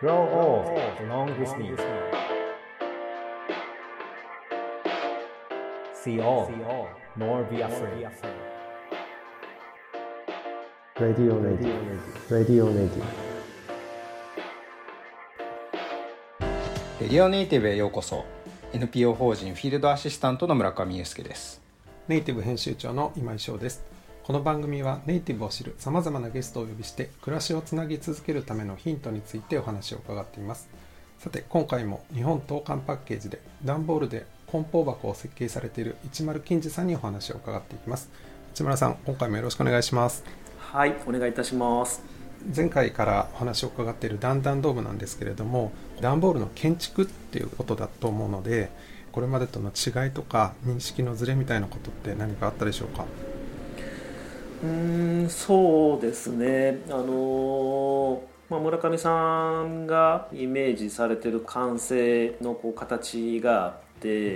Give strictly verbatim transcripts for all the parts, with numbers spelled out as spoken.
Grow old along with me. See all, nor be afraid. Radio Native Radio Native レディオネイティブへようこそ。 エヌピーオー 法人フィールドアシスタントの村上裕介です。 ネイティブ編集長の今井翔です。この番組はネイティブを知るさまざまなゲストをお呼びして暮らしをつなぎ続けるためのヒントについてお話を伺っています。さて今回も日本東韓パッケージで段ボールで梱包箱を設計されている市丸金次さんにお話を伺っていきます。市丸さん、今回もよろしくお願いします。 はい、お願いいたします。 前回からお話を伺っている段々ドームなんですけれども、段ボールの建築っていうことだと思うので、これまでとの違いとか認識のズレみたいなことって何かあったでしょうか？ うーんそうですね、あのまあ、村上さんがイメージされている完成のこう形があって、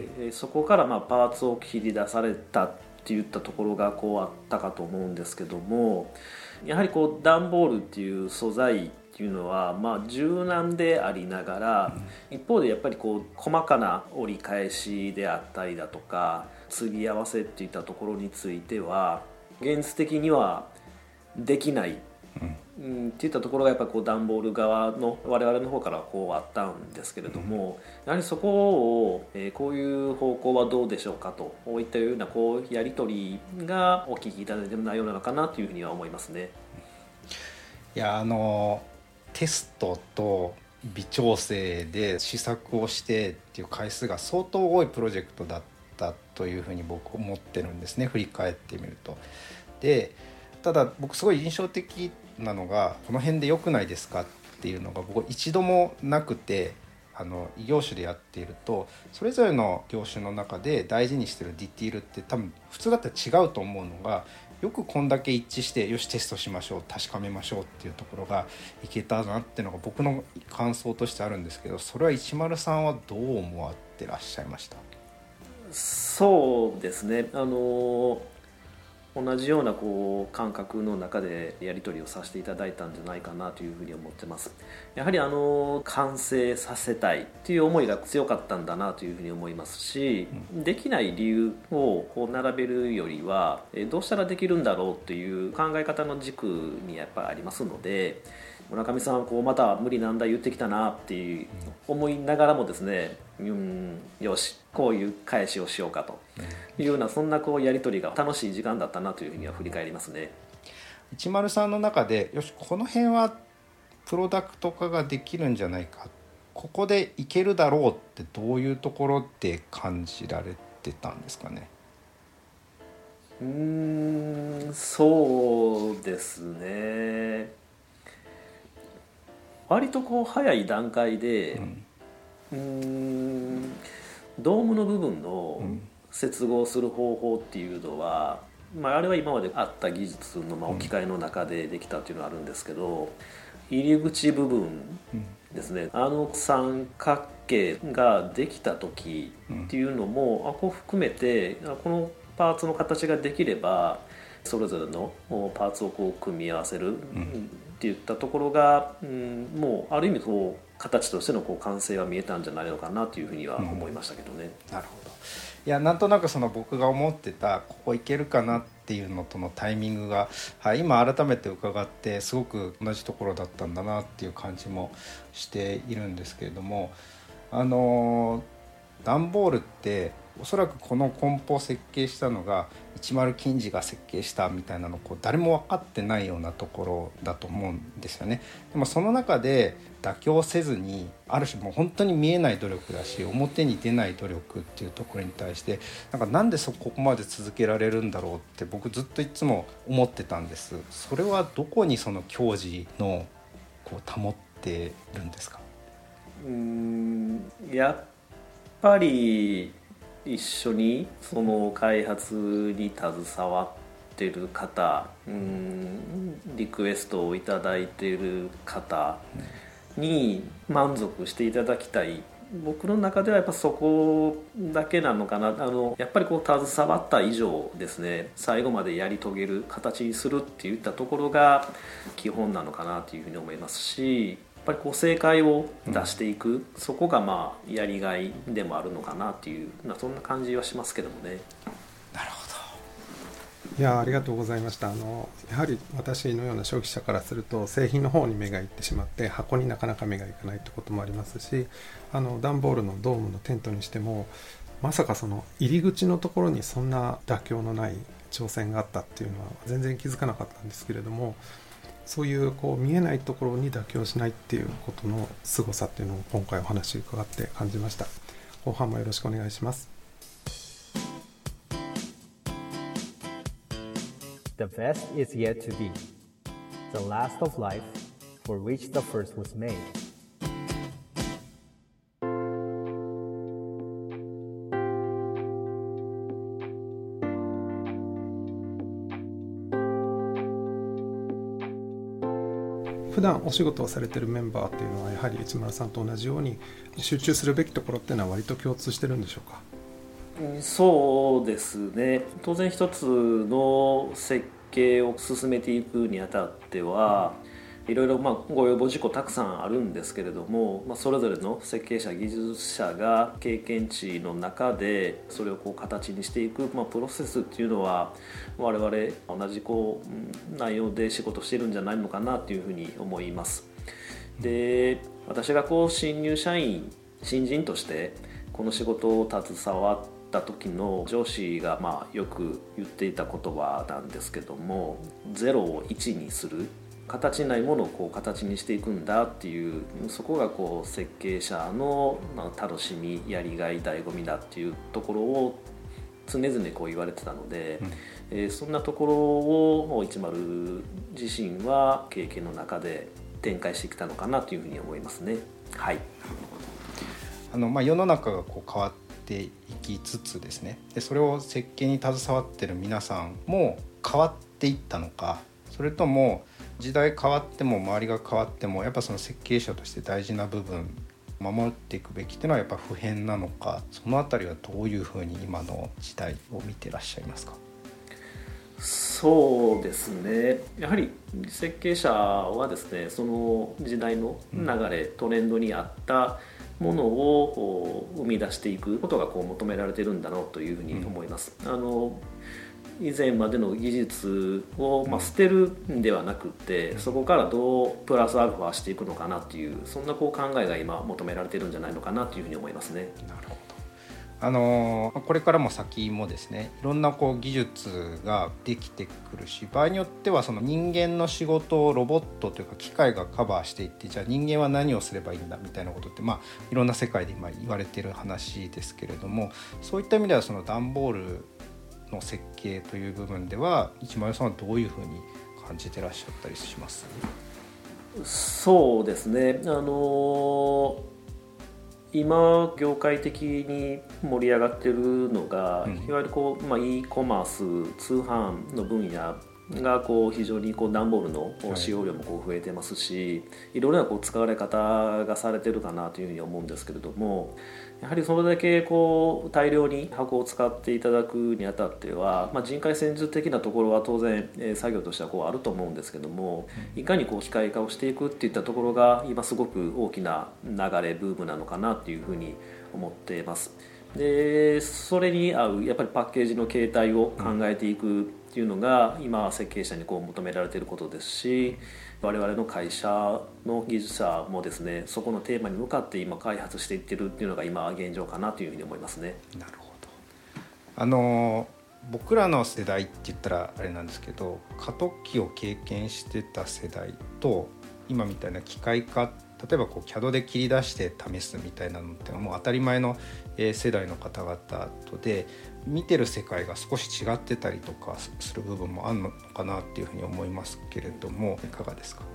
うん、そこからまあパーツを切り出されたっていったところがこうあったかと思うんですけども、やはりこう段ボールっていう素材っていうのはまあ柔軟でありながら、うん、一方でやっぱりこう細かな折り返しであったりだとか継ぎ合わせっていったところについては現実的にはできない、うん、っていったところがやっぱりこう段ボール側の我々の方からこうあったんですけれども、うん、やはりそこを、えー、こういう方向はどうでしょうかといったようなこうやり取りがお聞きいただいている内容なのかなというふうには思いますね。 いやあのテストと微調整で試作をしてっていう回数が相当多いプロジェクトだったというふうに僕思ってるんですね、振り返ってみると。でただ僕すごい印象的なのが、この辺で良くないですかっていうのが僕一度もなくて、あの異業種でやっているとそれぞれの業種の中で大事にしてるディティールって多分普通だったら違うと思うのが、よくこんだけ一致してよしテストしましょう確かめましょうっていうところがいけたなっていうのが僕の感想としてあるんですけど、それは市丸さんはどう思わってらっしゃいました？ そうですね、あの同じようなこう感覚の中でやり取りをさせていただいたんじゃないかなというふうに思ってます。やはりあの完成させたいという思いが強かったんだなというふうに思いますし、うん、できない理由をこう並べるよりはどうしたらできるんだろうという考え方の軸にやっぱりありますので、村上さんこうまた無理難題言ってきたなっていう思いながらもですね、うん、よしこういう返しをしようかというような、そんなこうやり取りが楽しい時間だったなというふうには振り返りますね。 市丸さんの中でよしこの辺はプロダクト化ができるんじゃないか、ここでいけるだろうってどういうところで感じられてたんですかね？ うーんそうですね、割とこう早い段階で、うん、うーんドームの部分の接合する方法っていうのは、まあ、あれは今まであった技術のまあ置き換えの中でできたっていうのはあるんですけど、入り口部分ですね、あの三角形ができた時っていうのも、あこう含めてこのパーツの形ができればそれぞれのパーツをこう組み合わせるっていったところが、うん、もうある意味こう形としてのこう完成は見えたんじゃないのかなというふうには思いましたけどね、 うん、なるほど。いやなんとなくその僕が思ってたここいけるかなっていうのとのタイミングが、はい、今改めて伺ってすごく同じところだったんだなっていう感じもしているんですけれども、あの段ボールっておそらくこの梱包を設計したのが市丸金次が設計したみたいなのこう誰も分かってないようなところだと思うんですよね。でもその中で妥協せずに、ある種もう本当に見えない努力だし表に出ない努力っていうところに対して、なんかなんでそこまで続けられるんだろうって僕ずっといつも思ってたんです。それはどこにその矜持のこう保ってるんですか？ うーんやっぱり一緒にその開発に携わっている方、うん、リクエストをいただいている方に満足していただきたい、僕の中ではやっぱそこだけなのかな。あのやっぱりこう携わった以上ですね、最後までやり遂げる形にするっていったところが基本なのかなというふうに思いますし、 ぱりこう正解を出していく、うん、そこがまあやりがいでもあるのかなっていう、そんな感じはしますけどもね。 なるほど。いやありがとうございました。あのやはり私のような消費者からすると製品の方に目がいってしまって箱になかなか目がいかないってこともありますし、あの段ボールのドームのテントにしてもまさかその入り口のところにそんな妥協のない挑戦があったっていうのは全然気づかなかったんですけれども、そういうこう見えないところに妥協しないっていうことの凄さっていうのを今回お話伺って感じました。後半もよろしくお願いします。 The best is yet to be, the last of life for which the first was made. 普段お仕事をされているメンバーっていうのはやはり市村さんと同じように集中するべきところっていうのは割と共通してるんでしょうか？ そうですね。当然一つの設計を進めていくにあたってはいろいろまあご要望事項たくさんあるんですけれども、まあ、それぞれの設計者技術者が経験値の中でそれをこう形にしていく、まあ、プロセスっていうのは我々同じこう内容で仕事してるんじゃないのかなというふうに思います。で、私がこう新入社員新人としてこの仕事を携わった時の上司がまあよく言っていた言葉なんですけども、ゼロをいちにする、形にないものをこう形にしていくんだっていう、そこがこう設計者の楽しみ、やりがい、醍醐味だっていうところを常々こう言われてたので、うんえー、そんなところをいちまる自身は経験の中で展開してきたのかなというふうに思いますね。はい。 あのまあ世の中がこう変わっていきつつですね、でそれを設計に携わっている皆さんも変わっていったのか、それとも時代変わっても周りが変わってもやっぱその設計者として大事な部分守っていくべきっていうのはやっぱ不変なのか、そのあたりはどういうふうに今の時代を見てらっしゃいますか？ そうですね、やはり設計者はですね、その時代の流れ、うん、トレンドに合ったものを生み出していくことがこう求められているんだろうというふうに思います。うん、あの以前までの技術を、まあ、捨てるんではなくて、そこからどうプラスアルファしていくのかなっていう、そんなこう考えが今求められているんじゃないのかなというふうに思いますね。 なるほど。あのこれからも先もですね、いろんなこう技術ができてくるし、場合によってはその人間の仕事をロボットというか機械がカバーしていって、じゃあ人間は何をすればいいんだみたいなことって、まあ、いろんな世界で今言われている話ですけれども、そういった意味ではその段ボールの設計という部分では市丸さんはどういうふうに感じてらっしゃったりします？ そうですね、あのー今業界的に盛り上がってるのが、うん、いわゆるこう、まあ、e コマース通販の分野がこう非常にこう段ボールの使用量もこう増えてますし、はい、いろいろなこう使われ方がされてるかなというふうに思うんですけれども、やはりそれだけこう大量に箱を使っていただくにあたっては、まあ、人海戦術的なところは当然、えー、作業としてはこうあると思うんですけども、いかにこう機械化をしていくっていったところが今すごく大きな流れブームなのかなっていうふうに思っています。でそれに合うやっぱりパッケージの形態を考えていくっていうのが今設計者にこう求められていることですし、我々の会社の技術者もですね、そこのテーマに向かって今開発していってるっていうのが今現状かなというふうに思いますね。 なるほど。あの僕らの世代って言ったらあれなんですけど、過渡期を経験してた世代と今みたいな機械化、例えばこう キャド で切り出して試すみたいなのってもう当たり前の世代の方々とで見てる世界が少し違ってたりとかする部分もあるのかなっていうふうに思いますけれども、いかがですか？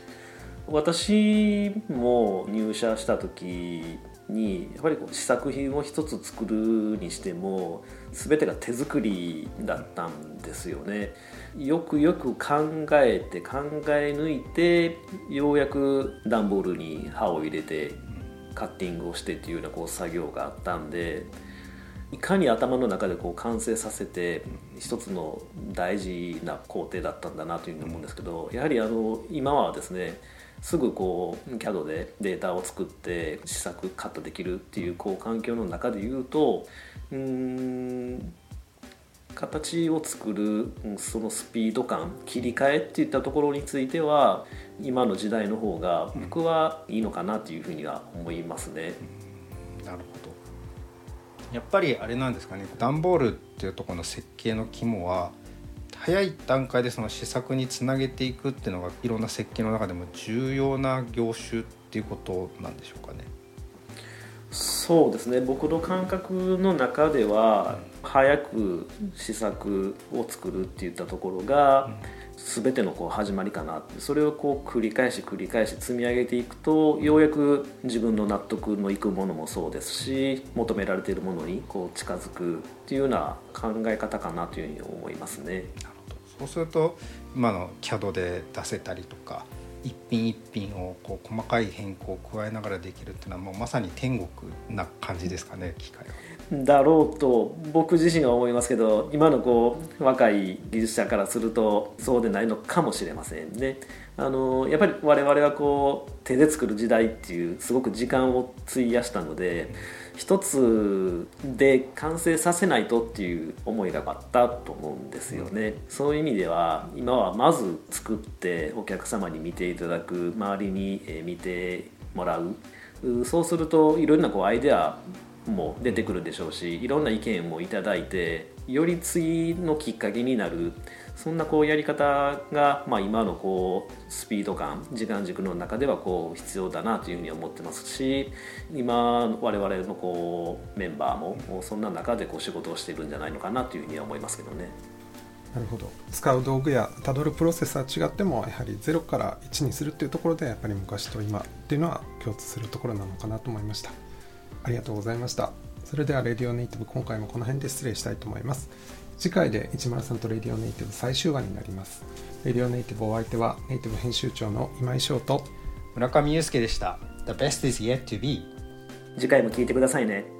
私も入社した時にやっぱりこう試作品を一つ作るにしても全てが手作りだったんですよね。よくよく考えて考え抜いてようやく段ボールに刃を入れてカッティングをしてっていうようなこう作業があったんで、 いかに頭の中でこう完成させて一つの大事な工程だったんだなというふうに思うんですけど、やはりあの今はですねすぐこう キャド でデータを作って試作カットできるっていうこう環境の中でいうと、うーん形を作るそのスピード感、切り替えっていったところについては今の時代の方が僕はいいのかなというふうには思いますね。 うん、なるほど。やっぱりあれなんですかね、段ボールっていうところの設計の肝は早い段階でその試作につなげていくっていうのがいろんな設計の中でも重要な業種っていうことなんでしょうかね。 そうですね、僕の感覚の中では早く試作を作るっていったところが全てのこう始まりかなって、それをこう繰り返し繰り返し積み上げていくとようやく自分の納得のいくものもそうですし、求められているものにこう近づくっていうような考え方かなというふうに思いますね。 なるほど。そうすると今の キャド で出せたりとか一品一品をこう細かい変更を加えながらできるっていうのはもうまさに天国な感じですかね、機械は。 だろうと僕自身は思いますけど、今のこう若い技術者からするとそうでないのかもしれませんね。あのやっぱり我々はこう手で作る時代っていうすごく時間を費やしたので、一つで完成させないとっていう思いがあったと思うんですよね。そういう意味では今はまず作ってお客様に見ていただく、周りに見てもらう、そうするといろんなこうアイデアも出てくるでしょうし、いろんな意見もいただいてより次のきっかけになる、そんなこうやり方が、まあ、今のこうスピード感、時間軸の中ではこう必要だなというふうに思ってますし、今我々のこうメンバーもそんな中でこう仕事をしているんじゃないのかなというふうには思いますけどね。 なるほど。使う道具やたどるプロセスは違ってもやはりゼロからいちにするっていうところでやっぱり昔と今っていうのは共通するところなのかなと思いました。ありがとうございました。それではレディオネイティブ、今回もこの辺で失礼したいと思います。次回でいちまるさんとレディオネイティブ最終話になります。レディオネイティブお相手はネイティブ編集長の今井翔と村上祐介でした。 The best is yet to be。 次回も聞いてくださいね。